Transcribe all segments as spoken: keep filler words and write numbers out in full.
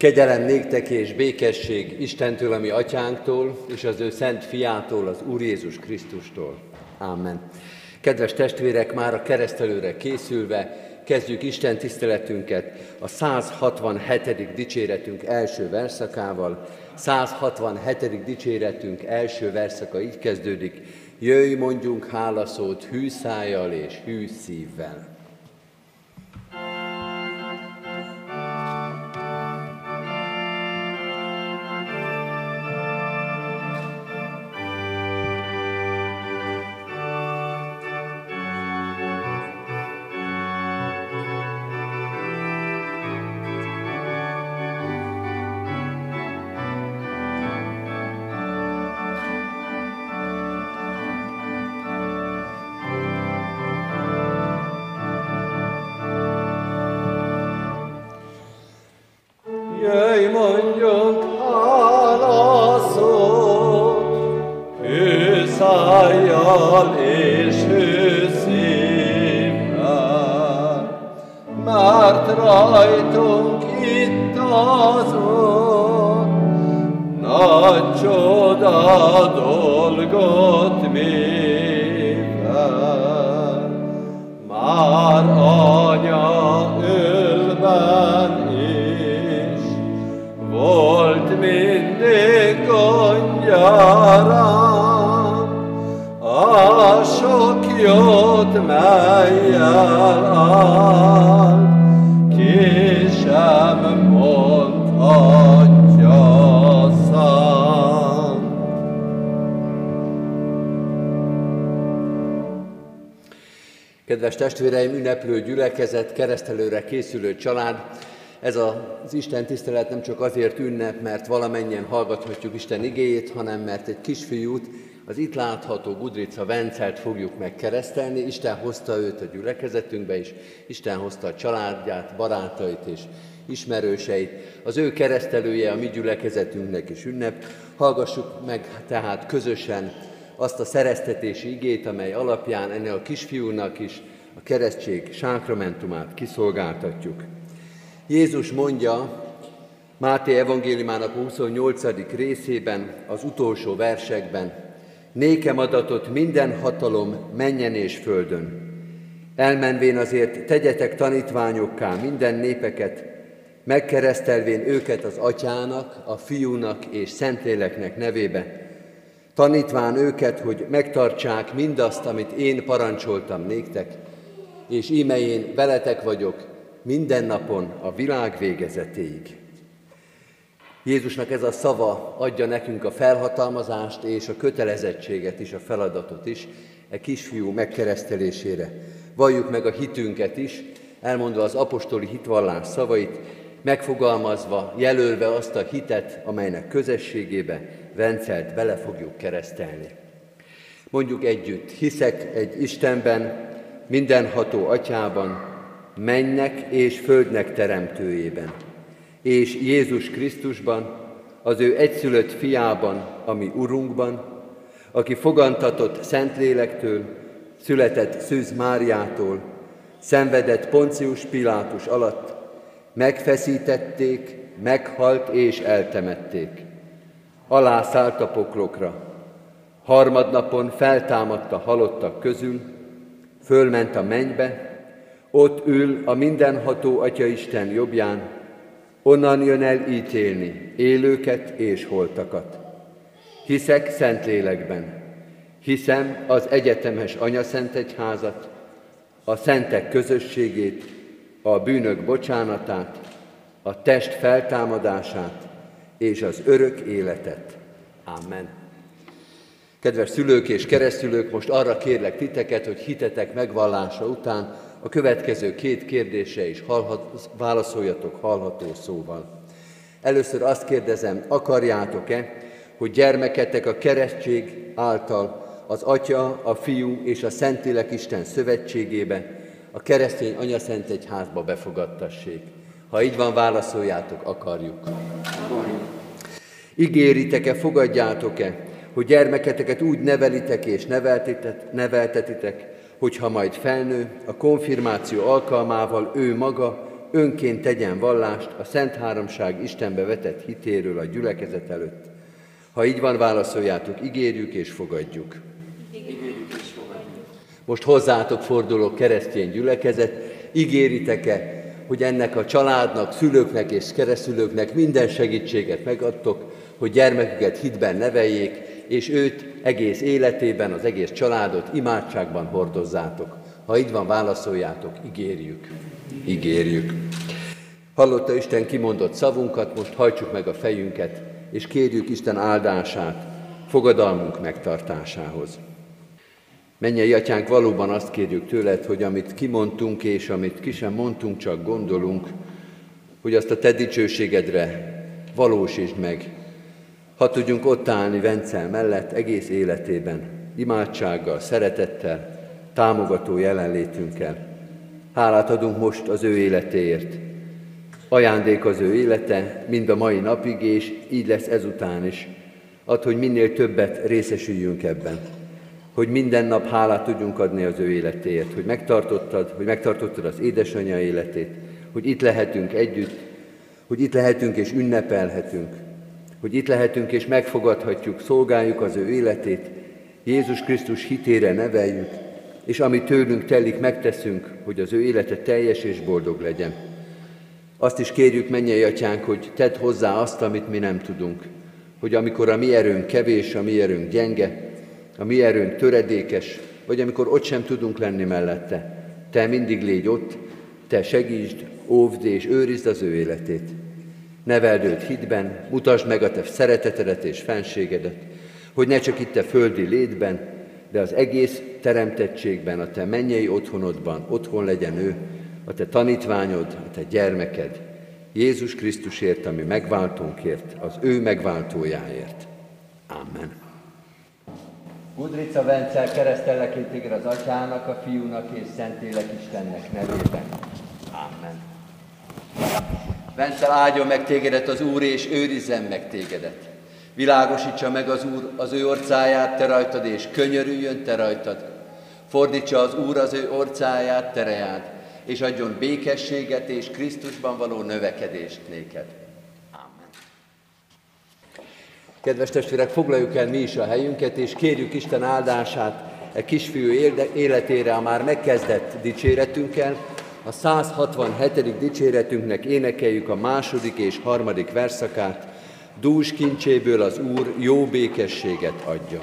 Kegyelem néktek és békesség Istentől, a mi atyánktól, és az ő szent fiától, az Úr Jézus Krisztustól. Ámen. Kedves testvérek, már a keresztelőre készülve kezdjük Isten tiszteletünket a száz hatvanhetedik dicséretünk első verszakával. száz hatvanhetedik dicséretünk első verszaka így kezdődik: jöjj, mondjunk hálaszót hű szájjal és hű szívvel. Jöjj, mondjunk hálaszót, hű szájjal és hű szívvel, mert rajtunk itt az Úr nagy csoda dolgot mivel. Már anya ölben volt mindig gondja rám, a sok jót melyel áll, ki sem mondhatja szám. Kedves testvéreim, ünneplő gyülekezet, keresztelőre készülő család, ez az Isten tisztelet nem csak azért ünnep, mert valamennyien hallgathatjuk Isten igéjét, hanem mert egy kisfiút, az itt látható Gudrica Vencelt fogjuk megkeresztelni. Isten hozta őt a gyülekezetünkbe, és Isten hozta a családját, barátait és ismerőseit. Az ő keresztelője a mi gyülekezetünknek is ünnep. Hallgassuk meg tehát közösen azt a szereztetési igét, amely alapján ennek a kisfiúnak is a keresztség sákramentumát kiszolgáltatjuk. Jézus mondja Máté evangéliumának huszonnyolcadik részében, az utolsó versekben: nékem adatot minden hatalom mennyen és földön. Elmenvén azért tegyetek tanítványokká minden népeket, megkeresztelvén őket az Atyának, a Fiúnak és Szentléleknek nevébe, tanítván őket, hogy megtartsák mindazt, amit én parancsoltam néktek, és íme én veletek vagyok minden napon a világ végezetéig. Jézusnak ez a szava adja nekünk a felhatalmazást és a kötelezettséget is, a feladatot is e kisfiú megkeresztelésére. Valljuk meg a hitünket is, elmondva az apostoli hitvallás szavait, megfogalmazva, jelölve azt a hitet, amelynek közösségébe Vencelt bele fogjuk keresztelni. Mondjuk együtt: hiszek egy Istenben, mindenható Atyában, mennek és földnek teremtőjében, és Jézus Krisztusban, az ő egyszülött fiában, ami Urunkban, aki fogantatott Szentlélektől, született Szűz Máriától, szenvedett Poncius Pilátus alatt, megfeszítették, meghalt és eltemették. Alászállt a poklokra, harmadnapon feltámadt a halottak közül, fölment a mennybe, ott ül a mindenható Atyaisten jobbján, onnan jön el ítélni élőket és holtakat. Hiszek Szentlélekben, hiszem az egyetemes anyaszentegyházat, a szentek közösségét, a bűnök bocsánatát, a test feltámadását és az örök életet. Amen. Kedves szülők és keresztülők, most arra kérlek titeket, hogy hitetek megvallása után a következő két kérdésre is hallhat, válaszoljatok hallható szóval. Először azt kérdezem, akarjátok-e, hogy gyermeketek a keresztség által az Atya, a Fiú és a Szentlélek Isten szövetségébe, a keresztény anyaszentegyházba befogadtassék? Ha így van, válaszoljátok, akarjuk. Ígéritek-e, fogadjátok-e, hogy gyermeketeket úgy nevelitek és neveltetitek, hogyha majd felnő, a konfirmáció alkalmával ő maga önként tegyen vallást a Szent Háromság Istenbe vetett hitéről a gyülekezet előtt. Ha így van, válaszoljátok, ígérjük és fogadjuk. Ígérjük és fogadjuk. Most hozzátok forduló keresztény gyülekezet, ígéritek-e, hogy ennek a családnak, szülőknek és keresztülőknek minden segítséget megadtok, hogy gyermeküket hitben neveljék, és őt egész életében, az egész családot imádságban hordozzátok. Ha így van, válaszoljátok, ígérjük. Ígérjük. Hallotta Isten kimondott szavunkat, most hajtsuk meg a fejünket, és kérjük Isten áldását fogadalmunk megtartásához. Mennyei Atyánk, valóban azt kérjük tőled, hogy amit kimondtunk és amit ki sem mondtunk, csak gondolunk, hogy azt a te dicsőségedre valósítsd meg. Ha tudjunk ott állni Vencel mellett egész életében, imádsággal, szeretettel, támogató jelenlétünkkel. Hálát adunk most az ő életéért. Ajándék az ő élete, mind a mai napig, és így lesz ezután is. Add, hogy minél többet részesüljünk ebben. Hogy minden nap hálát tudjunk adni az ő életéért, hogy megtartottad, hogy megtartottad az édesanyja életét, hogy itt lehetünk együtt, hogy itt lehetünk és ünnepelhetünk, hogy itt lehetünk és megfogadhatjuk, szolgáljuk az ő életét, Jézus Krisztus hitére neveljük, és ami tőlünk telik, megteszünk, hogy az ő élete teljes és boldog legyen. Azt is kérjük, mennyei Atyánk, hogy tedd hozzá azt, amit mi nem tudunk, hogy amikor a mi erőnk kevés, a mi erőnk gyenge, a mi erőnk töredékes, vagy amikor ott sem tudunk lenni mellette, te mindig légy ott, te segítsd, óvd és őrizd az ő életét. Neveld őt hitben, mutasd meg a te szeretetedet és fenségedet, hogy ne csak itt a földi létben, de az egész teremtettségben, a te mennyei otthonodban otthon legyen ő, a te tanítványod, a te gyermeked, Jézus Krisztusért, ami megváltónkért, az ő megváltójáért. Amen. Gudrica Vencel, keresztellek én téged az Atyának, a Fiúnak és Szentlélek Istennek nevében. Amen. Vencel, áldjon meg tégedet az Úr, és őrizzen meg tégedet. Világosítsa meg az Úr az ő orcáját te rajtad, és könyörüljön te rajtad. Fordítsa az Úr az ő orcáját te reád, és adjon békességet és Krisztusban való növekedést néked. Amen. Kedves testvérek, foglaljuk el mi is a helyünket, és kérjük Isten áldását e kisfiú életére a már megkezdett dicséretünkkel. A száz hatvanhetedik dicséretünknek énekeljük a második és harmadik verszakát. Dús kincséből az Úr jó békességet adjon.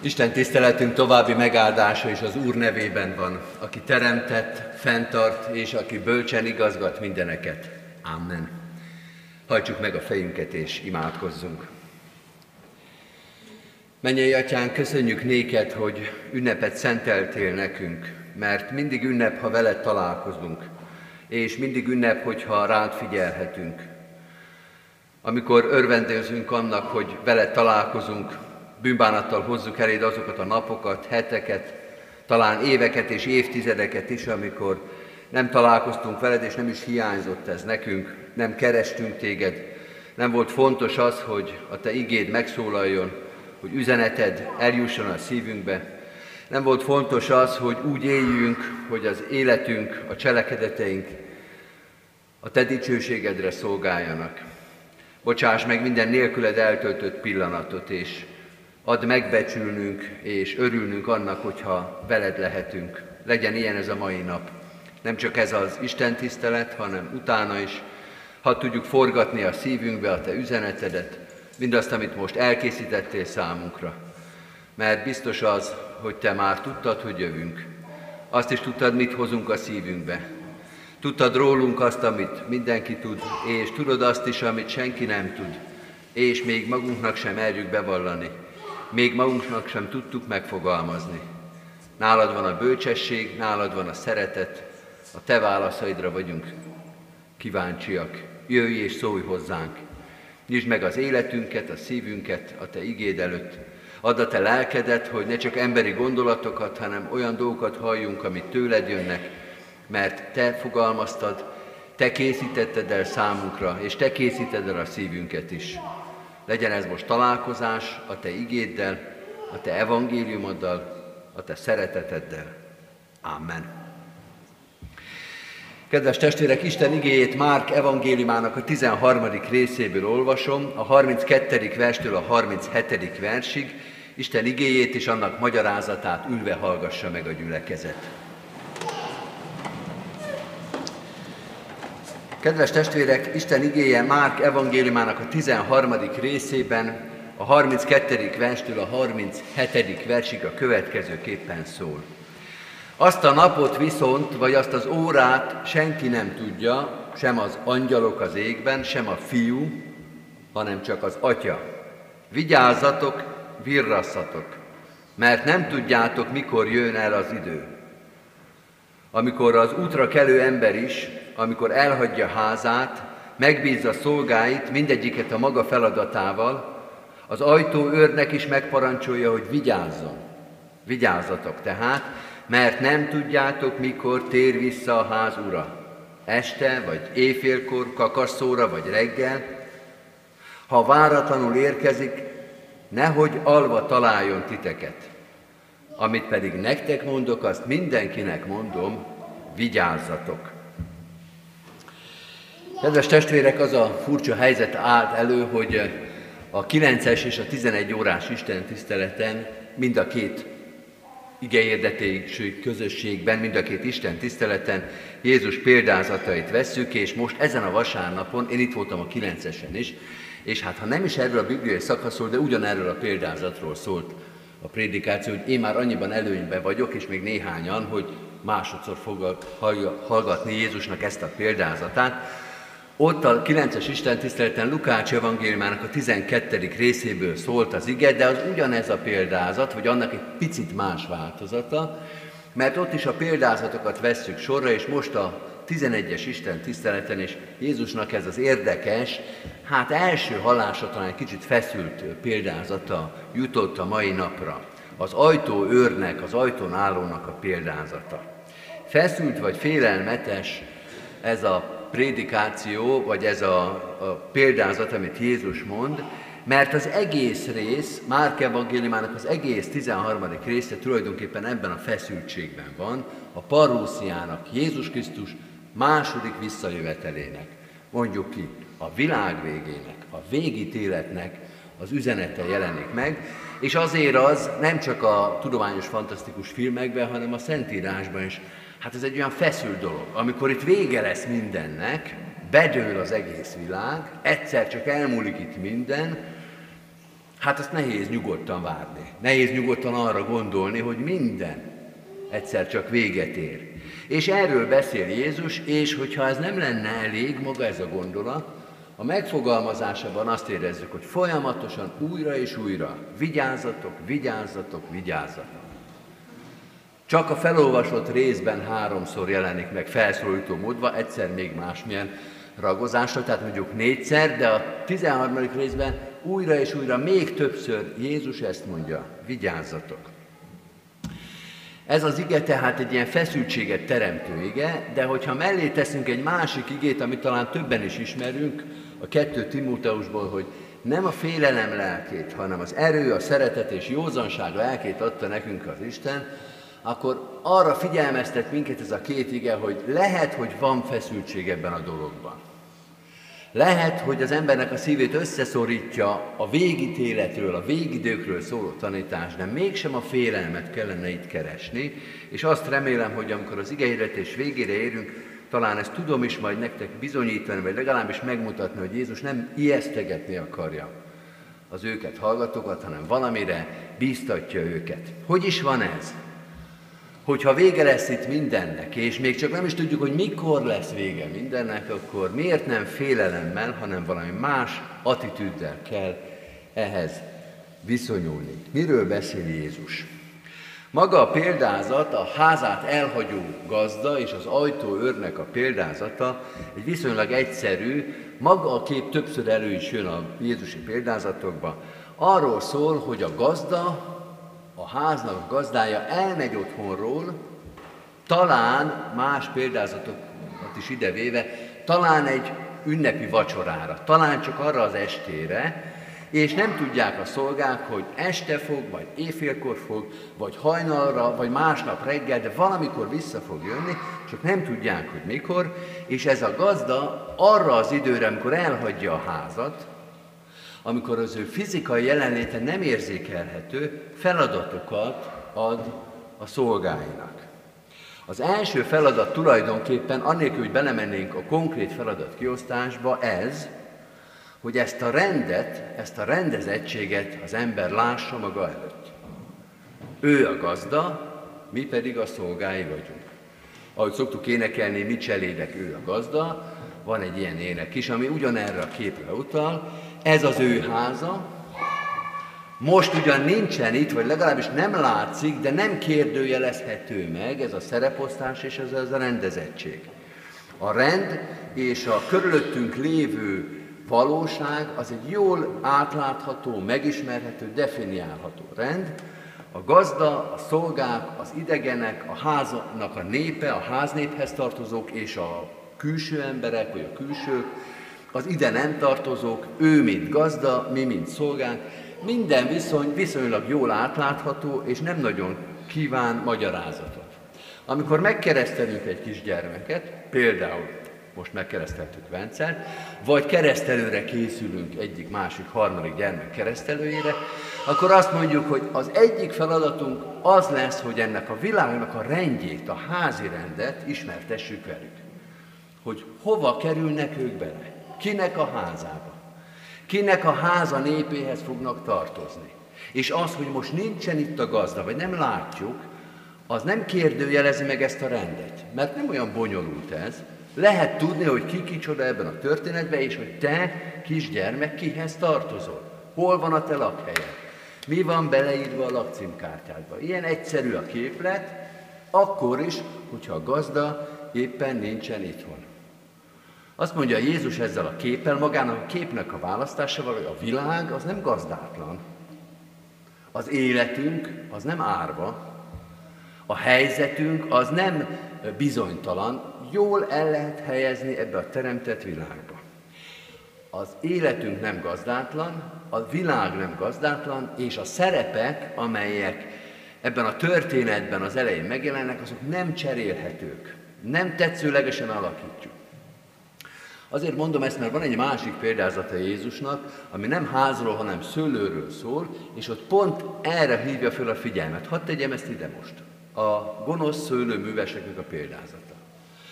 Isten tiszteletünk további megáldása is az Úr nevében van, aki teremtett, fenntart, és aki bölcsen igazgat mindeneket. Amen. Hajtsuk meg a fejünket és imádkozzunk. Mennyei Atyánk, köszönjük néked, hogy ünnepet szenteltél nekünk, mert mindig ünnep, ha veled találkozunk, és mindig ünnep, hogyha rád figyelhetünk. Amikor örvendezünk annak, hogy veled találkozunk, bűnbánattal hozzuk eléd azokat a napokat, heteket, talán éveket és évtizedeket is, amikor nem találkoztunk veled, és nem is hiányzott ez nekünk, nem kerestünk téged, nem volt fontos az, hogy a te igéd megszólaljon, hogy üzeneted eljusson a szívünkbe. Nem volt fontos az, hogy úgy éljünk, hogy az életünk, a cselekedeteink a te dicsőségedre szolgáljanak. Bocsáss meg minden nélküled eltöltött pillanatot, és add megbecsülnünk és örülnünk annak, hogyha veled lehetünk. Legyen ilyen ez a mai nap. Nem csak ez az Isten tisztelet, hanem utána is, ha tudjuk forgatni a szívünkbe a te üzenetedet, mindazt, amit most elkészítettél számunkra. Mert biztos az, hogy te már tudtad, hogy jövünk. Azt is tudtad, mit hozunk a szívünkbe. Tudtad rólunk azt, amit mindenki tud, és tudod azt is, amit senki nem tud, és még magunknak sem merjük bevallani. Még magunknak sem tudtuk megfogalmazni. Nálad van a bölcsesség, nálad van a szeretet, a te válaszaidra vagyunk kíváncsiak. Jöjj és szólj hozzánk. Nyisd meg az életünket, a szívünket a te igéd előtt. Add a te lelkedet, hogy ne csak emberi gondolatokat, hanem olyan dolgokat halljunk, amit tőled jönnek, mert te fogalmaztad, te készítetted el számunkra, és te készíted el a szívünket is. Legyen ez most találkozás a te igéddel, a te evangéliumoddal, a te szereteteddel. Amen. Kedves testvérek, Isten igéjét Márk evangéliumának a tizenharmadik részéből olvasom, a harminckettedik verstől a harminchetedik versig. Isten igéjét és annak magyarázatát ülve hallgassa meg a gyülekezet. Kedves testvérek, Isten igéje Márk evangéliumának a tizenharmadik részében, a harminckettedik verstől a harminchetedik versig a következőképpen szól. Azt a napot viszont, vagy azt az órát senki nem tudja, sem az angyalok az égben, sem a fiú, hanem csak az atya. Vigyázzatok, virrasszatok, mert nem tudjátok, mikor jön el az idő. Amikor az útra kelő ember is, amikor elhagyja házát, megbízza szolgáit, mindegyiket a maga feladatával, az ajtóőrnek is megparancsolja, hogy vigyázzon. Vigyázzatok tehát, mert nem tudjátok, mikor tér vissza a ház ura. Este, vagy éjfélkor, kakasszóra, vagy reggel. Ha váratlanul érkezik, nehogy alva találjon titeket. Amit pedig nektek mondok, azt mindenkinek mondom, vigyázzatok. Kedves testvérek, az a furcsa helyzet állt elő, hogy a kilences és a tizenegy órás Isten tiszteleten mind a két igehirdetési közösségben, mind a két Isten tiszteleten Jézus példázatait vesszük, és most ezen a vasárnapon, én itt voltam a kilencesen is, és hát ha nem is erről a bibliai szakaszról, de ugyanerről a példázatról szólt a prédikáció, hogy én már annyiban előnyben vagyok, és még néhányan, hogy másodszor fog hallgatni Jézusnak ezt a példázatát. Ott a kilences Isten tiszteleten Lukács evangéliumának a tizenkettedik részéből szólt az ige, de az ugyanez a példázat, vagy annak egy picit más változata, mert ott is a példázatokat vesszük sorra, és most a tizenegyes Isten tiszteleten, és Jézusnak ez az érdekes, hát első hallásra talán egy kicsit feszült példázata jutott a mai napra. Az ajtóőrnek, az ajtón állónak a példázata. Feszült vagy félelmetes ez a prédikáció, vagy ez a, a példázat, amit Jézus mond, mert az egész rész, Márk evangéliumának az egész tizenharmadik része tulajdonképpen ebben a feszültségben van, a parósziának, Jézus Krisztus második visszajövetelének, mondjuk ki, a világ végének, a végítéletnek az üzenete jelenik meg, és azért az nem csak a tudományos fantasztikus filmekben, hanem a Szentírásban is. Hát ez egy olyan feszült dolog, amikor itt vége lesz mindennek, bedől az egész világ, egyszer csak elmúlik itt minden, Hát azt nehéz nyugodtan várni. Nehéz nyugodtan arra gondolni, hogy minden egyszer csak véget ér. És erről beszél Jézus, és hogyha ez nem lenne elég, maga ez a gondolat, a megfogalmazásában azt érezzük, hogy folyamatosan újra és újra vigyázzatok, vigyázzatok, vigyázzatok. Csak a felolvasott részben háromszor jelenik meg felszólító módban, egyszer még másmilyen ragozásra, tehát mondjuk négyszer, de a tizenharmadik részben újra és újra még többször Jézus ezt mondja, vigyázzatok. Ez az ige tehát egy ilyen feszültséget teremtő ige, de hogyha mellé teszünk egy másik igét, amit talán többen is ismerünk, a kettő Timóteusból, hogy nem a félelem lelkét, hanem az erő, a szeretet és józanság lelkét adta nekünk az Isten, akkor arra figyelmeztet minket ez a két ige, hogy lehet, hogy van feszültség ebben a dologban. Lehet, hogy az embernek a szívét összeszorítja a végítéletről, a végidőkről szóló tanítás, de mégsem a félelmet kellene itt keresni, és azt remélem, hogy amikor az igehirdetés végére érünk, talán ezt tudom is majd nektek bizonyítani, vagy legalábbis megmutatni, hogy Jézus nem ijesztegetni akarja az őket hallgatókat, hanem valamire bíztatja őket. Hogy is van ez? Hogyha vége lesz itt mindennek, és még csak nem is tudjuk, hogy mikor lesz vége mindennek, akkor miért nem félelemmel, hanem valami más attitűddel kell ehhez viszonyulni. Miről beszél Jézus? Maga a példázat, a házát elhagyó gazda és az ajtóőrnek a példázata egy viszonylag egyszerű, maga a kép többször elő is jön a jézusi példázatokban. Arról szól, hogy a gazda, a háznak a gazdája elmegy otthonról, talán más példázatokat is idevéve, talán egy ünnepi vacsorára, talán csak arra az estére, és nem tudják a szolgák, hogy este fog, vagy éjfélkor fog, vagy hajnalra, vagy másnap reggel, de valamikor vissza fog jönni, csak nem tudják, hogy mikor, és ez a gazda arra az időre, amikor elhagyja a házat, amikor az ő fizikai jelenléte nem érzékelhető, feladatokat ad a szolgáinak. Az első feladat tulajdonképpen, annélkül, hogy belemennénk a konkrét feladat kiosztásba, ez, hogy ezt a rendet, ezt a rendezettséget az ember lássa maga előtt. Ő a gazda, mi pedig a szolgái vagyunk. Ahogy szoktuk énekelni, mi cselédek, ő a gazda, van egy ilyen ének is, ami ugyanerre a képre utal, ez az ő háza, most ugyan nincsen itt, vagy legalábbis nem látszik, de nem kérdőjelezhető meg ez a szereposztás és ez, ez a rendezettség. A rend és a körülöttünk lévő valóság az egy jól átlátható, megismerhető, definiálható rend. A gazda, a szolgák, az idegenek, a háznak a népe, a háznéphez tartozók és a külső emberek, vagy a külsők, az ide nem tartozók, ő mint gazda, mi mint szolgák, minden viszony viszonylag jól átlátható, és nem nagyon kíván magyarázatot. Amikor megkeresztelünk egy kisgyermeket, például most megkereszteltük Vencelt, vagy keresztelőre készülünk egyik, másik, harmadik gyermek keresztelőjére, akkor azt mondjuk, hogy az egyik feladatunk az lesz, hogy ennek a világnak a rendjét, a házi rendet ismertessük velük. Hogy hova kerülnek ők bele, kinek a házába, kinek a háza népéhez fognak tartozni. És az, hogy most nincsen itt a gazda, vagy nem látjuk, az nem kérdőjelezi meg ezt a rendet, mert nem olyan bonyolult ez. Lehet tudni, hogy ki kicsoda ebben a történetben, és hogy te, kisgyermek, kihez tartozol. Hol van a te lakhelyed? Mi van beleírva a lakcímkártyádba? Ilyen egyszerű a képlet, akkor is, hogyha a gazda éppen nincsen itthon. Azt mondja Jézus ezzel a képpel, magának a képnek a választásával, hogy a világ az nem gazdátlan. Az életünk az nem árva. A helyzetünk az nem bizonytalan, jól el lehet helyezni ebbe a teremtett világba. Az életünk nem gazdátlan, a világ nem gazdátlan, és a szerepek, amelyek ebben a történetben az elején megjelennek, azok nem cserélhetők, nem tetszőlegesen alakítjuk. Azért mondom ezt, mert van egy másik példázata Jézusnak, ami nem házról, hanem szőlőről szól, és ott pont erre hívja fel a figyelmet. Hadd tegyem ezt ide most. A gonosz szőlőműveseknek a példázata.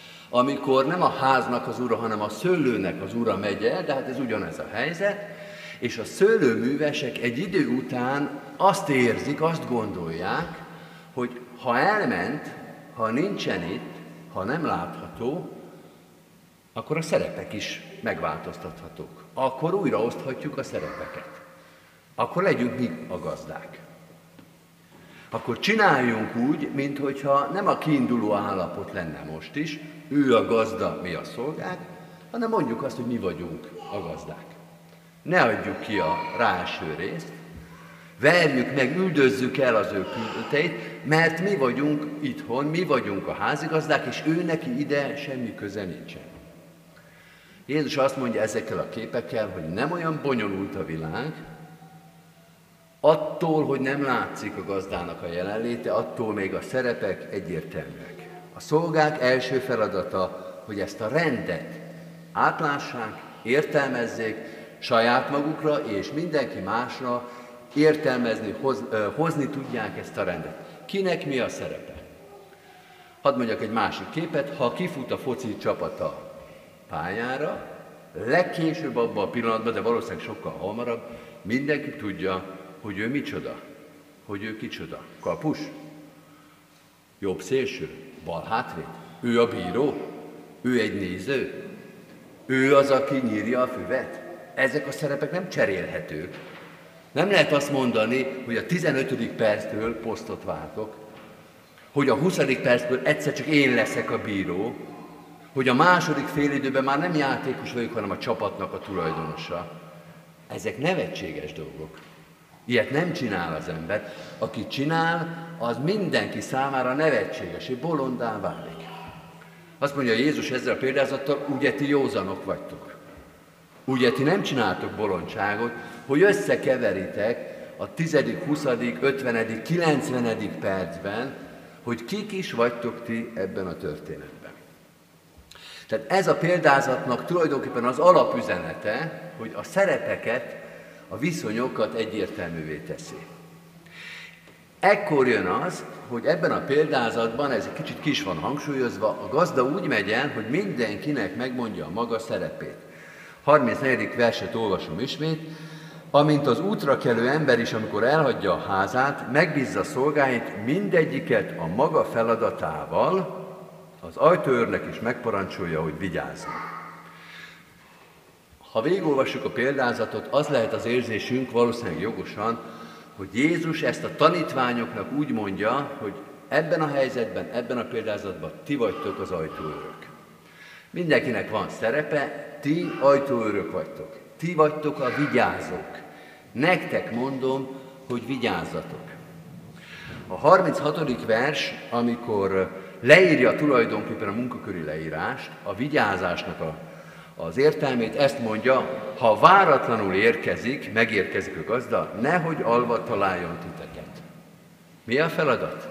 Amikor nem a háznak az ura, hanem a szőlőnek az ura megy el, de hát ez ugyanez a helyzet, És a szőlőművesek egy idő után azt érzik, azt gondolják, hogy ha elment, ha nincsen itt, ha nem látható, akkor a szerepek is megváltoztathatók. Akkor újra oszthatjuk a szerepeket. Akkor legyünk mi a gazdák. Akkor csináljunk úgy, minthogyha nem a kiinduló állapot lenne most is, ő a gazda, mi a szolgák, hanem mondjuk azt, hogy mi vagyunk a gazdák. Ne adjuk ki a ráeső részt, verjük meg, üldözzük el az ő küldeteit, mert mi vagyunk itthon, mi vagyunk a házigazdák, és ő neki ide semmi köze nincsen. Jézus azt mondja ezekkel a képekkel, hogy nem olyan bonyolult a világ, attól, hogy nem látszik a gazdának a jelenléte, attól még a szerepek egyértelműek. A szolgák első feladata, hogy ezt a rendet átlássák, értelmezzék saját magukra és mindenki másra, értelmezni, hoz, hozni tudják ezt a rendet. Kinek mi a szerepe? Hadd mondjak egy másik képet, ha kifut a foci csapata pályára, legkésőbb abban a pillanatban, de valószínűleg sokkal hamarabb, mindenki tudja, hogy ő micsoda, hogy ő kicsoda. Kapus, jobb szélső, bal hátvéd, ő a bíró, ő egy néző, ő az, aki nyírja a füvet. Ezek a szerepek nem cserélhetők. Nem lehet azt mondani, hogy a tizenötödik perctől posztot váltok, hogy a huszadik percből egyszer csak én leszek a bíró, hogy a második félidőben már nem játékos vagyok, hanem a csapatnak a tulajdonosa. Ezek nevetséges dolgok. Ilyet nem csinál az ember. Aki csinál, az mindenki számára nevetséges, és bolondá válik. Azt mondja Jézus ezzel a példázattal, ugye ti józanok vagytok. Ugye ti nem csináltok bolondságot, hogy összekeveritek a tizedik, huszadik, ötvenedik, kilencvenedik percben, hogy kik is vagytok ti ebben a történetben. Tehát ez a példázatnak tulajdonképpen az alapüzenete, hogy a szerepeket, a viszonyokat egyértelművé teszi. Ekkor jön az, hogy ebben a példázatban, ez egy kicsit ki is van hangsúlyozva, a gazda úgy megy el, hogy mindenkinek megmondja a maga szerepét. harmincnegyedik verset olvasom ismét. Amint az útra kelő ember is, amikor elhagyja a házát, megbízza szolgáit mindegyiket a maga feladatával, az ajtóőrnek is megparancsolja, hogy vigyázzon. Ha végigolvassuk a példázatot, az lehet az érzésünk valószínűleg jogosan, hogy Jézus ezt a tanítványoknak úgy mondja, hogy ebben a helyzetben, ebben a példázatban ti vagytok az ajtóőrök. Mindenkinek van szerepe, ti ajtóőrök vagytok. Ti vagytok a vigyázók. Nektek mondom, hogy vigyázzatok. A harminchatodik vers, amikor leírja tulajdonképpen a munkaköri leírást, a vigyázásnak a, az értelmét, ezt mondja, ha váratlanul érkezik, megérkezik a gazda, nehogy alva találjon titeket. Mi a feladat?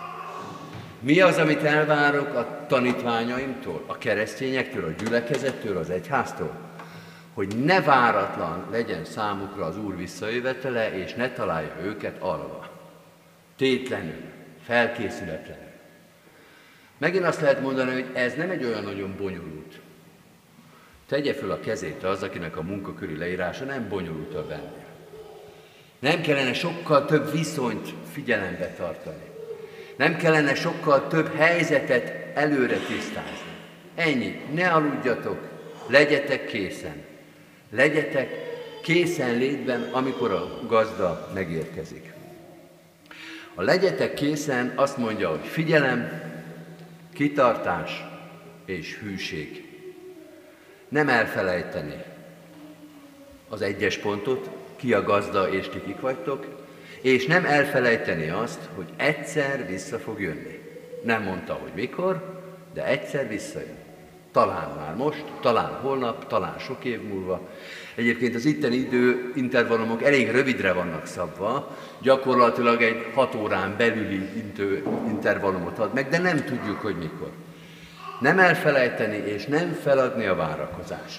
Mi az, amit elvárok a tanítványaimtól, a keresztényektől, a gyülekezettől, az egyháztól? Hogy ne váratlan legyen számukra az Úr visszajövetele, és ne találja őket alva. Tétlenül, felkészületlenül. Megint azt lehet mondani, hogy ez nem egy olyan nagyon bonyolult. Tegye föl a kezét az, akinek a munkaköri leírása nem bonyolultabb ennél. Nem kellene sokkal több viszonyt figyelembe tartani. Nem kellene sokkal több helyzetet előre tisztázni. Ennyi, ne aludjatok, legyetek készen. Legyetek készen létben, amikor a gazda megérkezik. A legyetek készen azt mondja, hogy figyelem, kitartás és hűség. Nem elfelejteni az egyes pontot, ki a gazda és ti kik vagytok, és nem elfelejteni azt, hogy egyszer vissza fog jönni. Nem mondta, hogy mikor, de egyszer visszajön. Talán már most, talán holnap, talán sok év múlva. Egyébként az itteni időintervallumok elég rövidre vannak szabva, gyakorlatilag egy hat órán belüli idő intervallumot ad meg, de nem tudjuk, hogy mikor. Nem elfelejteni és nem feladni a várakozást.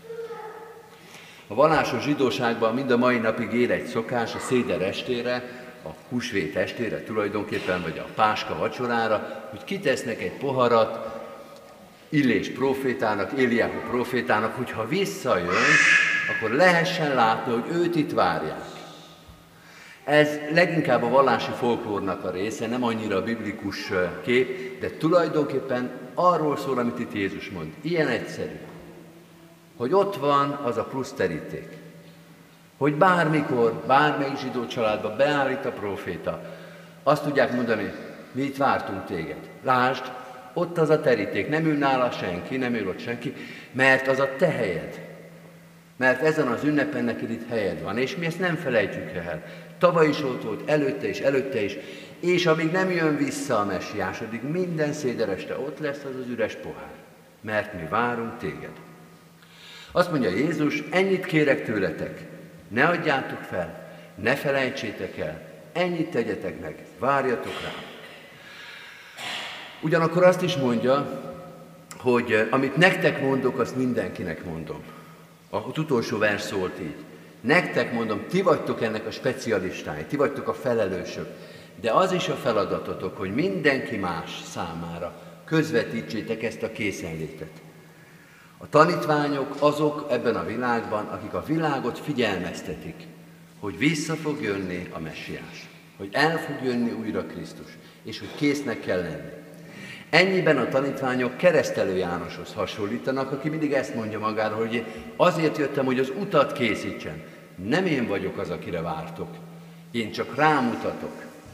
A vallásos zsidóságban mind a mai napig él egy szokás a széder estére, a húsvét estére tulajdonképpen, vagy a páska vacsorára, hogy kitesznek egy poharat Illés prófétának, Éliáhu prófétának, hogy ha visszajön, akkor lehessen látni, hogy őt itt várják. Ez leginkább a vallási folklórnak a része, nem annyira a biblikus kép, de tulajdonképpen arról szól, amit itt Jézus mond. Ilyen egyszerű, hogy ott van az a plusz teríték, hogy bármikor, bármelyik zsidó családba beállít a próféta, azt tudják mondani, mi itt vártunk téged. Lásd, ott az a teríték, nem ül nála senki, nem ül ott senki, mert az a te helyed. Mert ezen az ünnepen neked itt helyed van, és mi ezt nem felejtjük el. Tavaly is ott volt, előtte is, előtte is, és amíg nem jön vissza a messiás, addig minden szédereste ott lesz az az üres pohár, mert mi várunk téged. Azt mondja Jézus, ennyit kérek tőletek, ne adjátok fel, ne felejtsétek el, ennyit tegyetek meg, várjatok rám. Ugyanakkor azt is mondja, hogy amit nektek mondok, azt mindenkinek mondom. Az utolsó vers szólt így. Nektek mondom, ti vagytok ennek a specialistái, ti vagytok a felelősök, de az is a feladatotok, hogy mindenki más számára közvetítsétek ezt a készenlétet. A tanítványok azok ebben a világban, akik a világot figyelmeztetik, hogy vissza fog jönni a messiás, hogy el fog jönni újra Krisztus, és hogy késznek kell lenni. Ennyiben a tanítványok Keresztelő Jánoshoz hasonlítanak, aki mindig ezt mondja magáról, hogy azért jöttem, hogy az utat készítsem. Nem én vagyok az, akire vártok, én csak rámutatok.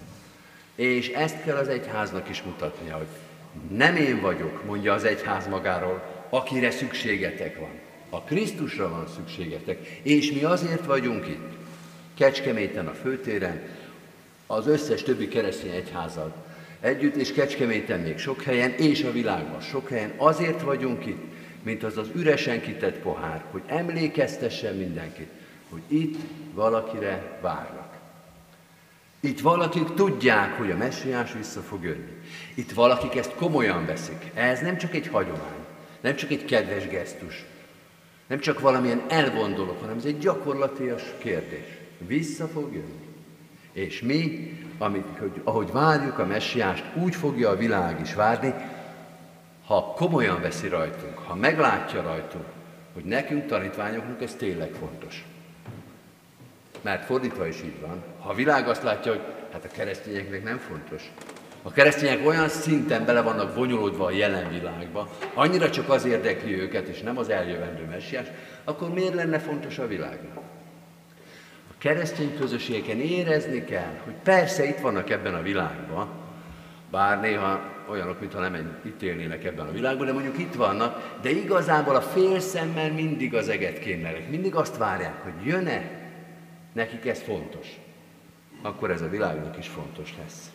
És ezt kell az egyháznak is mutatnia, hogy nem én vagyok, mondja az egyház magáról, akire szükségetek van. A Krisztusra van szükségetek, és mi azért vagyunk itt. Kecskeméten a főtéren, az összes többi keresztény egyházzal együtt, és Kecskeméten még sok helyen, és a világban sok helyen. Azért vagyunk itt, mint az az üresen kitett pohár, hogy emlékeztessen mindenkit, hogy itt valakire várnak. Itt valakik tudják, hogy a messiás vissza fog jönni. Itt valakik ezt komolyan veszik. Ez nem csak egy hagyomány, nem csak egy kedves gesztus, nem csak valamilyen elgondolok, hanem ez egy gyakorlatias kérdés. Vissza fog jönni. És mi, amit, hogy, ahogy várjuk a messiást, úgy fogja a világ is várni, ha komolyan veszi rajtunk, ha meglátja rajtunk, hogy nekünk, tanítványoknak ez tényleg fontos. Mert fordítva is így van. Ha a világ azt látja, hogy hát a keresztényeknek nem fontos. A keresztények olyan szinten bele vannak bonyolódva a jelen világba, annyira csak az érdekli őket, és nem az eljövendő messiás, akkor miért lenne fontos a világnak? A keresztény közösségeken érezni kell, hogy persze itt vannak ebben a világban, bár néha olyanok, mintha nem itt élnének ebben a világban, de mondjuk itt vannak, de igazából a félszemmel mindig az eget kémlelek, mindig azt várják, hogy jön-e, nekik ez fontos. Akkor ez a világnak is fontos lesz.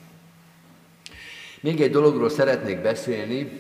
Még egy dologról szeretnék beszélni,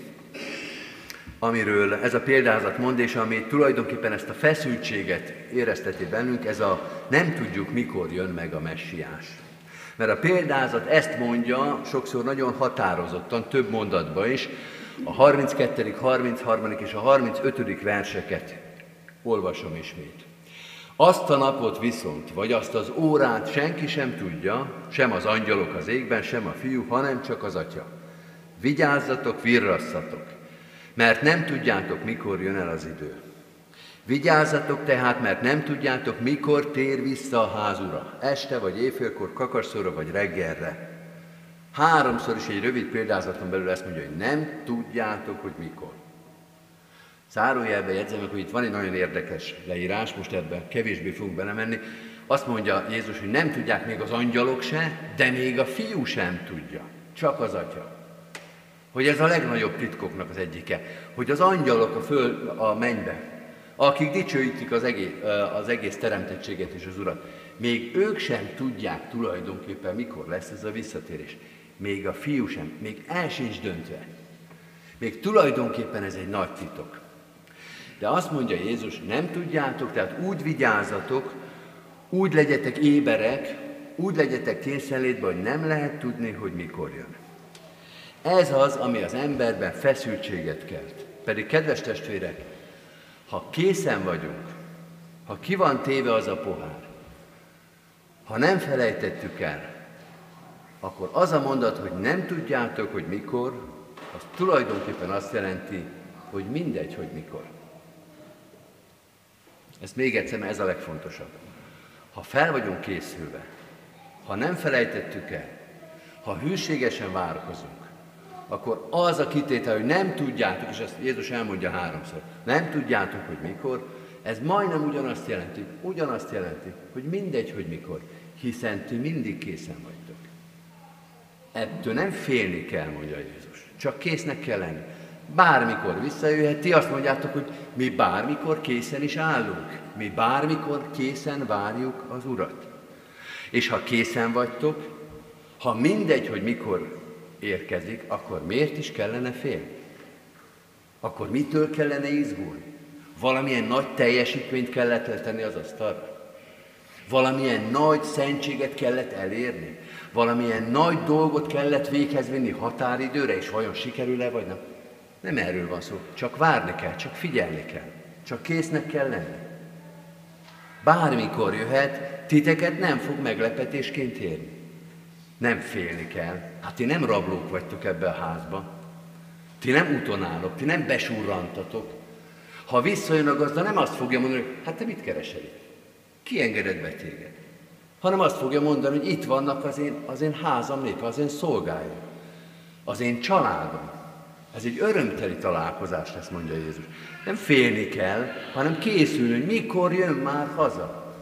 amiről ez a példázat mond, és ami tulajdonképpen ezt a feszültséget érezteti bennünk, ez a nem tudjuk, mikor jön meg a messiás. Mert a példázat ezt mondja, sokszor nagyon határozottan, több mondatban is, a harminckettedik, harmincharmadik és a harmincötödik verseket olvasom ismét. Azt a napot viszont, vagy azt az órát senki sem tudja, sem az angyalok az égben, sem a fiú, hanem csak az atya. Vigyázzatok, virrasszatok, mert nem tudjátok, mikor jön el az idő. Vigyázzatok tehát, mert nem tudjátok, mikor tér vissza a ház ura. Este, vagy éjfélkor, kakaszóra, vagy reggelre. Háromszor is egy rövid példázaton belül ezt mondja, hogy nem tudjátok, hogy mikor. Zárójelbe jegyzem meg, hogy itt van egy nagyon érdekes leírás, most ebben kevésbé fogunk belemenni. Azt mondja Jézus, hogy nem tudják még az angyalok se, de még a fiú sem tudja, csak az atya. Hogy ez a legnagyobb titkoknak az egyike, hogy az angyalok a föld, a mennybe, akik dicsőítik az egész, az egész teremtettséget és az Urat, még ők sem tudják tulajdonképpen, mikor lesz ez a visszatérés. Még a fiú sem, még el sincs döntve. Még tulajdonképpen ez egy nagy titok. De azt mondja Jézus, nem tudjátok, tehát úgy vigyázzatok, úgy legyetek éberek, úgy legyetek készenlétben, hogy nem lehet tudni, hogy mikor jön. Ez az, ami az emberben feszültséget kelt. Pedig, kedves testvérek, ha készen vagyunk, ha ki van téve az a pohár, ha nem felejtettük el, akkor az a mondat, hogy nem tudjátok, hogy mikor, az tulajdonképpen azt jelenti, hogy mindegy, hogy mikor. Ezt még egyszer, mert ez a legfontosabb. Ha fel vagyunk készülve, ha nem felejtettük el, ha hűségesen várakozunk, akkor az a kitétel, hogy nem tudjátok, és ezt Jézus elmondja háromszor, nem tudjátok, hogy mikor, ez majdnem ugyanazt jelenti, ugyanazt jelenti, hogy mindegy, hogy mikor, hiszen ti mindig készen vagytok. Ettől nem félni kell, mondja Jézus, csak késznek kell lenni. Bármikor visszajöhet, ti azt mondjátok, hogy mi bármikor készen is állunk, mi bármikor készen várjuk az Urat. És ha készen vagytok, ha mindegy, hogy mikor érkezik, akkor miért is kellene félni? Akkor mitől kellene izgulni? Valamilyen nagy teljesítményt kellett letenni az asztalra? Valamilyen nagy szentséget kellett elérni? Valamilyen nagy dolgot kellett véghez vinni határidőre, és vajon sikerül-e vagy nem? Nem erről van szó, csak várni kell, csak figyelni kell, csak késznek kell lenni. Bármikor jöhet, titeket nem fog meglepetésként érni. Nem félni kell. Hát ti nem rablók vagytok ebbe a házba. Ti nem úton állok, ti nem besurrantatok. Ha visszajön a gazda, nem azt fogja mondani, hogy hát te mit keresel itt? Ki engedett be téged? Hanem azt fogja mondani, hogy itt vannak az én, az én házam népe, az én szolgáim, az én családom. Ez egy örömteli találkozás lesz, mondja Jézus. Nem félni kell, hanem készülni, hogy mikor jön már haza.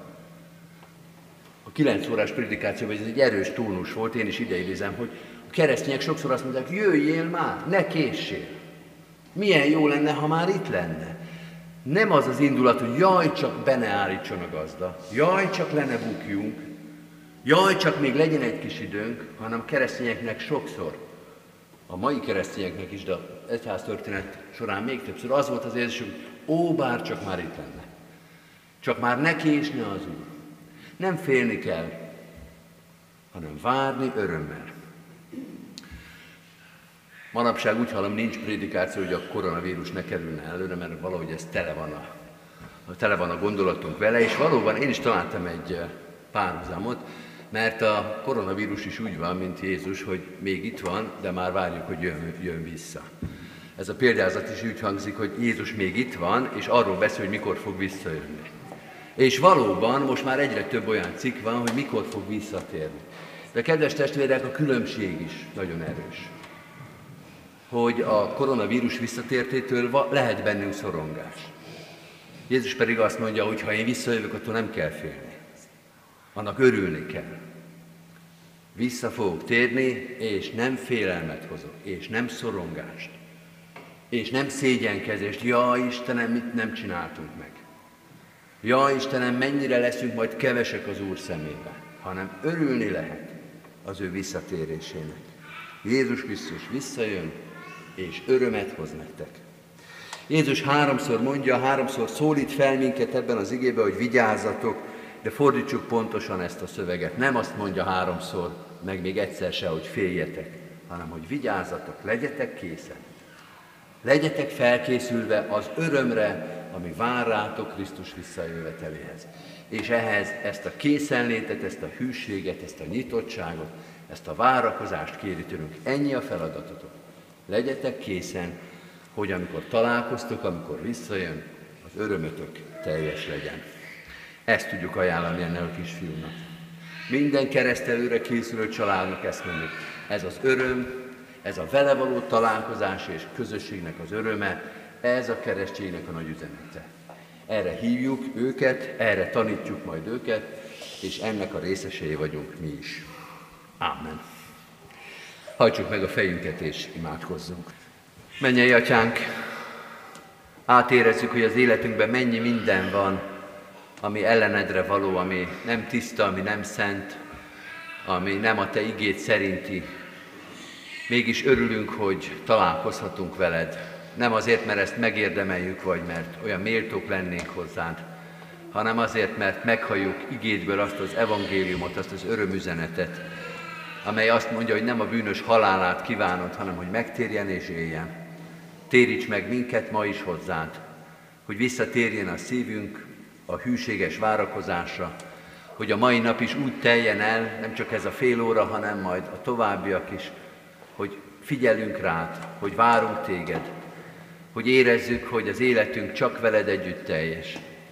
A kilenc órás prédikációban ez egy erős tónus volt, én is ideidézem, hogy a keresztények sokszor azt mondják, jöjjél már, ne késsél. Milyen jó lenne, ha már itt lenne. Nem az az indulat, hogy jaj, csak be ne állítson a gazda, jaj, csak le ne bukjunk, jaj, csak még legyen egy kis időnk, hanem a keresztényeknek sokszor, a mai keresztényeknek is, de az egyház történet során még többször az volt az érzés, hogy ó, bár csak már itt lenne. Csak már ne késne az Úr. Nem félni kell, hanem várni örömmel. Manapság úgy hallom, nincs prédikáció, hogy a koronavírus ne kerülne előre, mert valahogy ez tele van a, tele van a gondolatunk vele, és valóban én is találtam egy párhuzamot, mert a koronavírus is úgy van, mint Jézus, hogy még itt van, de már várjuk, hogy jön, jön vissza. Ez a példázat is úgy hangzik, hogy Jézus még itt van, és arról beszél, hogy mikor fog visszajönni. És valóban most már egyre több olyan cikk van, hogy mikor fog visszatérni. De kedves testvérek, a különbség is nagyon erős. Hogy a koronavírus visszatértétől lehet bennünk szorongás. Jézus pedig azt mondja, hogy ha én visszajövök, attól nem kell félni. Annak örülni kell. Vissza fogok térni, és nem félelmet hozok, és nem szorongást, és nem szégyenkezést. Ja, Istenem, mit nem csináltunk meg. Ja, Istenem, mennyire leszünk majd kevesek az Úr szemében, hanem örülni lehet az ő visszatérésének. Jézus Krisztus visszajön, és örömet hoz nektek. Jézus háromszor mondja, háromszor szólít fel minket ebben az igében, hogy vigyázzatok, de fordítsuk pontosan ezt a szöveget. Nem azt mondja háromszor, meg még egyszer se, hogy féljetek, hanem hogy vigyázzatok, legyetek készen. Legyetek felkészülve az örömre, ami vár rátok Krisztus visszajöveteléhez. És ehhez ezt a készenlétet, ezt a hűséget, ezt a nyitottságot, ezt a várakozást kéri tőlünk. Ennyi a feladatotok. Legyetek készen, hogy amikor találkoztok, amikor visszajön, az örömötök teljes legyen. Ezt tudjuk ajánlani ennek a kisfiúnak. Minden keresztelőre készülő családnak ezt mondjuk. Ez az öröm, ez a vele való találkozás és közösségnek az öröme, ez a kereszténynek a nagy üzenete. Erre hívjuk őket, erre tanítjuk majd őket, és ennek a részesei vagyunk mi is. Ámen. Hajtsuk meg a fejünket és imádkozzunk. Mennyei Atyánk, átérezzük, hogy az életünkben mennyi minden van, ami ellenedre való, ami nem tiszta, ami nem szent, ami nem a Te igéd szerinti. Mégis örülünk, hogy találkozhatunk veled. Nem azért, mert ezt megérdemeljük, vagy mert olyan méltók lennénk hozzád, hanem azért, mert meghalljuk igédből azt az evangéliumot, azt az örömüzenetet, amely azt mondja, hogy nem a bűnös halálát kívánod, hanem hogy megtérjen és éljen. Téríts meg minket ma is hozzád, hogy visszatérjen a szívünk a hűséges várakozásra, hogy a mai nap is úgy teljen el, nem csak ez a fél óra, hanem majd a továbbiak is, hogy figyelünk rád, hogy várunk téged, hogy érezzük, hogy az életünk csak veled együtt teljes,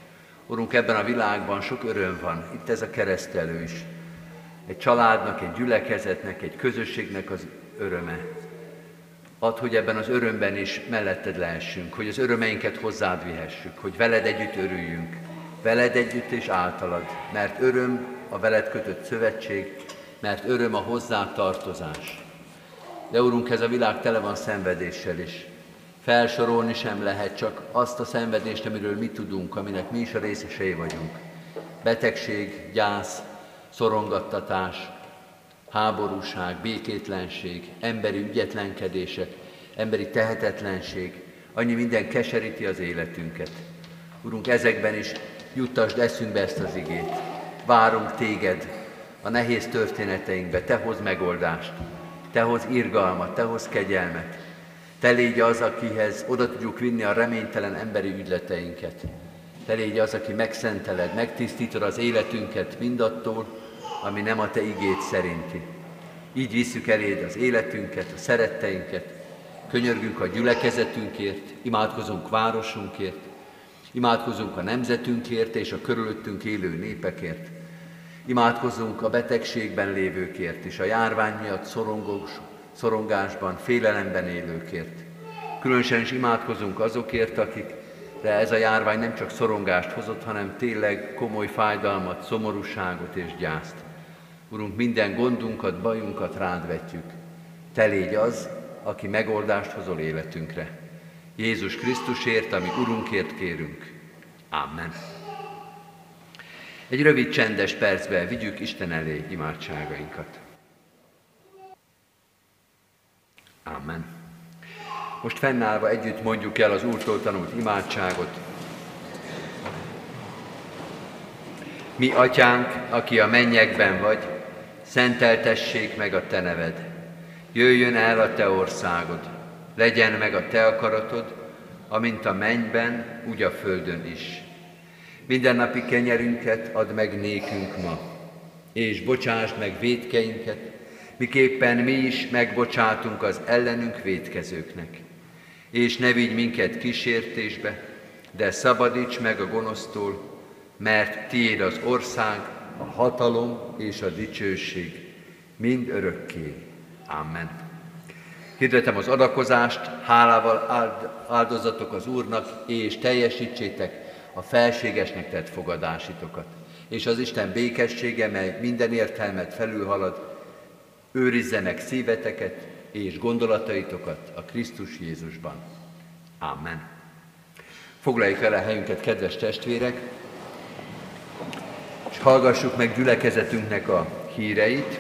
Urunk, ebben a világban sok öröm van, itt ez a keresztelő is. Egy családnak, egy gyülekezetnek, egy közösségnek az öröme. Add, hogy ebben az örömben is melletted lehessünk, hogy az örömeinket hozzád vihessük, hogy veled együtt örüljünk, veled együtt és általad, mert öröm a veled kötött szövetség, mert öröm a hozzá tartozás. De Urunk, ez a világ tele van szenvedéssel is. Felsorolni sem lehet csak azt a szenvedést, amiről mi tudunk, aminek mi is a részesei vagyunk. Betegség, gyász, szorongattatás, háborúság, békétlenség, emberi ügyetlenkedések, emberi tehetetlenség, annyi minden keseríti az életünket. Urunk, ezekben is juttasd eszünkbe ezt az igét. Várunk téged a nehéz történeteinkbe, te hozz megoldást, te hozz irgalmat, te hozz kegyelmet. Te légy az, akihez oda tudjuk vinni a reménytelen emberi ügyleteinket. Te légy az, aki megszenteled, megtisztítod az életünket mindattól, ami nem a te igéd szerinti. Így visszük eléd az életünket, a szeretteinket, könyörgünk a gyülekezetünkért, imádkozunk városunkért, imádkozunk a nemzetünkért és a körülöttünk élő népekért, imádkozunk a betegségben lévőkért és a járvány miatt szorongós, szorongásban, félelemben élőkért. Különösen is imádkozunk azokért, akikre ez a járvány nem csak szorongást hozott, hanem tényleg komoly fájdalmat, szomorúságot és gyászt. Urunk, minden gondunkat, bajunkat rád vetjük. Te légy az, aki megoldást hozol életünkre. Jézus Krisztusért, ami Urunkért kérünk. Amen. Egy rövid csendes percben vigyük Isten elé imádságainkat. Amen. Most fennállva együtt mondjuk el az Úrtól tanult imádságot. Mi, Atyánk, aki a mennyekben vagy, szenteltessék meg a te neved. Jöjjön el a te országod, legyen meg a te akaratod, amint a mennyben, úgy a földön is. Mindennapi kenyerünket add meg nékünk ma, és bocsásd meg vétkeinket, miképpen mi is megbocsátunk az ellenünk vétkezőknek. És ne vigy minket kísértésbe, de szabadíts meg a gonosztól, mert tiéd az ország, a hatalom és a dicsőség, mind örökké. Amen. Hirdetem az adakozást, hálával áldozatok az Úrnak, és teljesítsétek a felségesnek tett fogadásitokat. És az Isten békessége, mely minden értelmet felülhalad, őrizze meg szíveteket és gondolataitokat a Krisztus Jézusban. Amen. Foglaljuk el a helyünket, kedves testvérek, és hallgassuk meg gyülekezetünknek a híreit.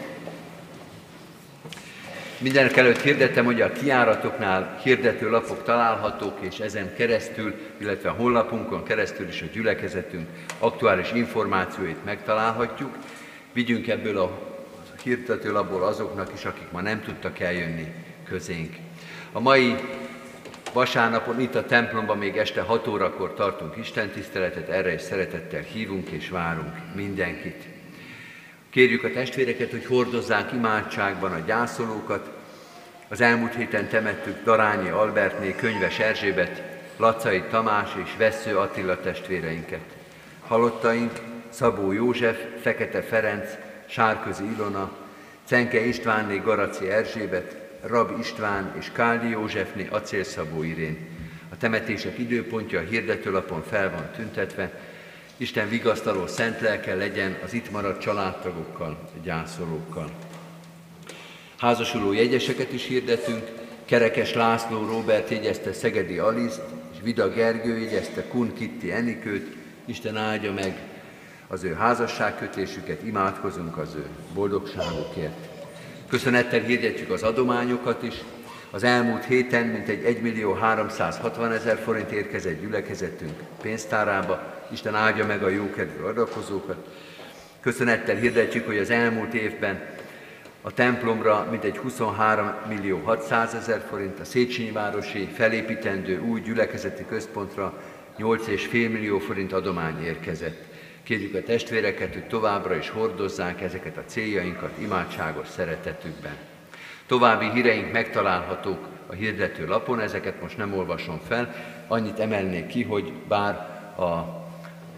Mindenek előtt hirdettem, hogy a kijáratoknál hirdető lapok találhatók, és ezen keresztül, illetve a honlapunkon keresztül is a gyülekezetünk aktuális információit megtalálhatjuk. Vigyünk ebből a hirdetőlapból azoknak is, akik ma nem tudtak eljönni közénk. A mai vasárnapon itt a templomban még este hat órakor tartunk istentiszteletet, erre is szeretettel hívunk és várunk mindenkit. Kérjük a testvéreket, hogy hordozzák imádságban a gyászolókat. Az elmúlt héten temettük Darányi Albertné, Könyves Erzsébet, Lacai Tamás és Vessző Attila testvéreinket. Halottaink Szabó József, Fekete Ferenc, Sárközi Ilona, Cenke Istvánné, Garaci Erzsébet, Rab István és Káldi Józsefné, Acélszabó Irén. A temetések időpontja a hirdetőlapon fel van tüntetve. Isten vigasztaló szent lelke legyen az itt maradt családtagokkal, gyászolókkal. Házasuló jegyeseket is hirdetünk. Kerekes László Róbert jegyezte Szegedi Aliszt, és Vida Gergő jegyezte Kun Kitti Enikőt. Isten áldja meg az ő házasságkötésüket, imádkozunk az ő boldogságukért. Köszönettel hirdetjük az adományokat is. Az elmúlt héten mintegy egymillió-háromszázhatvanezer forint érkezett gyülekezetünk pénztárába. Isten áldja meg a jókedvű adakozókat. Köszönettel hirdetjük, hogy az elmúlt évben a templomra mintegy huszonhárom millió hatszázezer forint, a Széchenyi városi felépítendő új gyülekezeti központra nyolc egész öt millió forint adomány érkezett. Kérjük a testvéreket, hogy továbbra is hordozzák ezeket a céljainkat imádságos szeretetükben. További híreink megtalálhatók a hirdető lapon, ezeket most nem olvasom fel, annyit emelnék ki, hogy bár a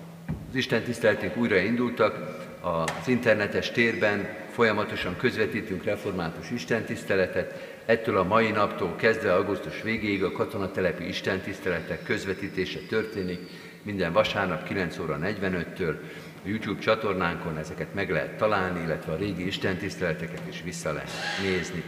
Az Isten tiszteletünk újra indultak, az internetes térben folyamatosan közvetítünk református istentiszteletet, ettől a mai naptól kezdve augusztus végéig a katonatelepi istentiszteletek közvetítése történik, minden vasárnap kilenc óra negyvenöttől, a YouTube csatornánkon ezeket meg lehet találni, illetve a régi istentiszteleteket is vissza lehet nézni.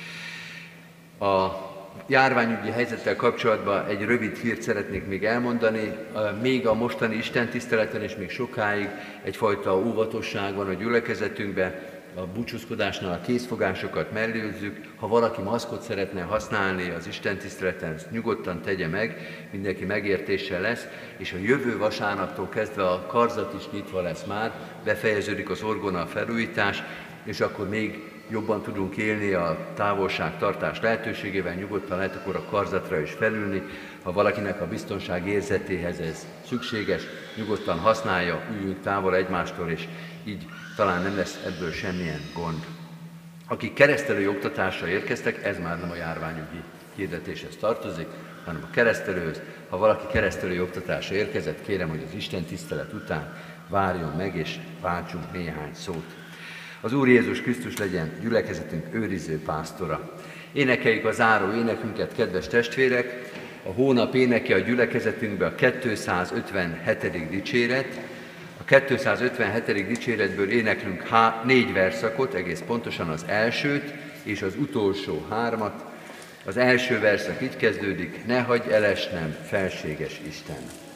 A járványügyi helyzettel kapcsolatban egy rövid hírt szeretnék még elmondani. Még a mostani istentiszteleten és még sokáig egyfajta óvatosság van a gyülekezetünkben. A búcsúzkodásnál a kézfogásokat mellőzzük. Ha valaki maszkot szeretne használni az istentiszteleten, ezt nyugodtan tegye meg, mindenki megértéssel lesz, és a jövő vasárnaptól kezdve a karzat is nyitva lesz már, befejeződik az orgona felújítás, és akkor még jobban tudunk élni a távolságtartás lehetőségével, nyugodtan lehet akkor a karzatra is felülni. Ha valakinek a biztonság érzetéhez ez szükséges, nyugodtan használja, üljünk távol egymástól, és így talán nem lesz ebből semmilyen gond. Akik keresztelői oktatásra érkeztek, ez már nem a járványügyi hirdetéshez tartozik, hanem a keresztelőhöz. Ha valaki keresztelői oktatásra érkezett, kérem, hogy az Isten tisztelet után várjon meg, és váltsunk néhány szót. Az Úr Jézus Krisztus legyen gyülekezetünk őriző pásztora. Énekeljük a záró énekünket, kedves testvérek! A hónap éneke a gyülekezetünkbe a kétszázötvenhetedik dicséret. A kétszázötvenhetedik dicséretből éneklünk há- négy verszakot, egész pontosan az elsőt és az utolsó hármat. Az első verszak így kezdődik: ne hagyj elesnem, felséges Isten!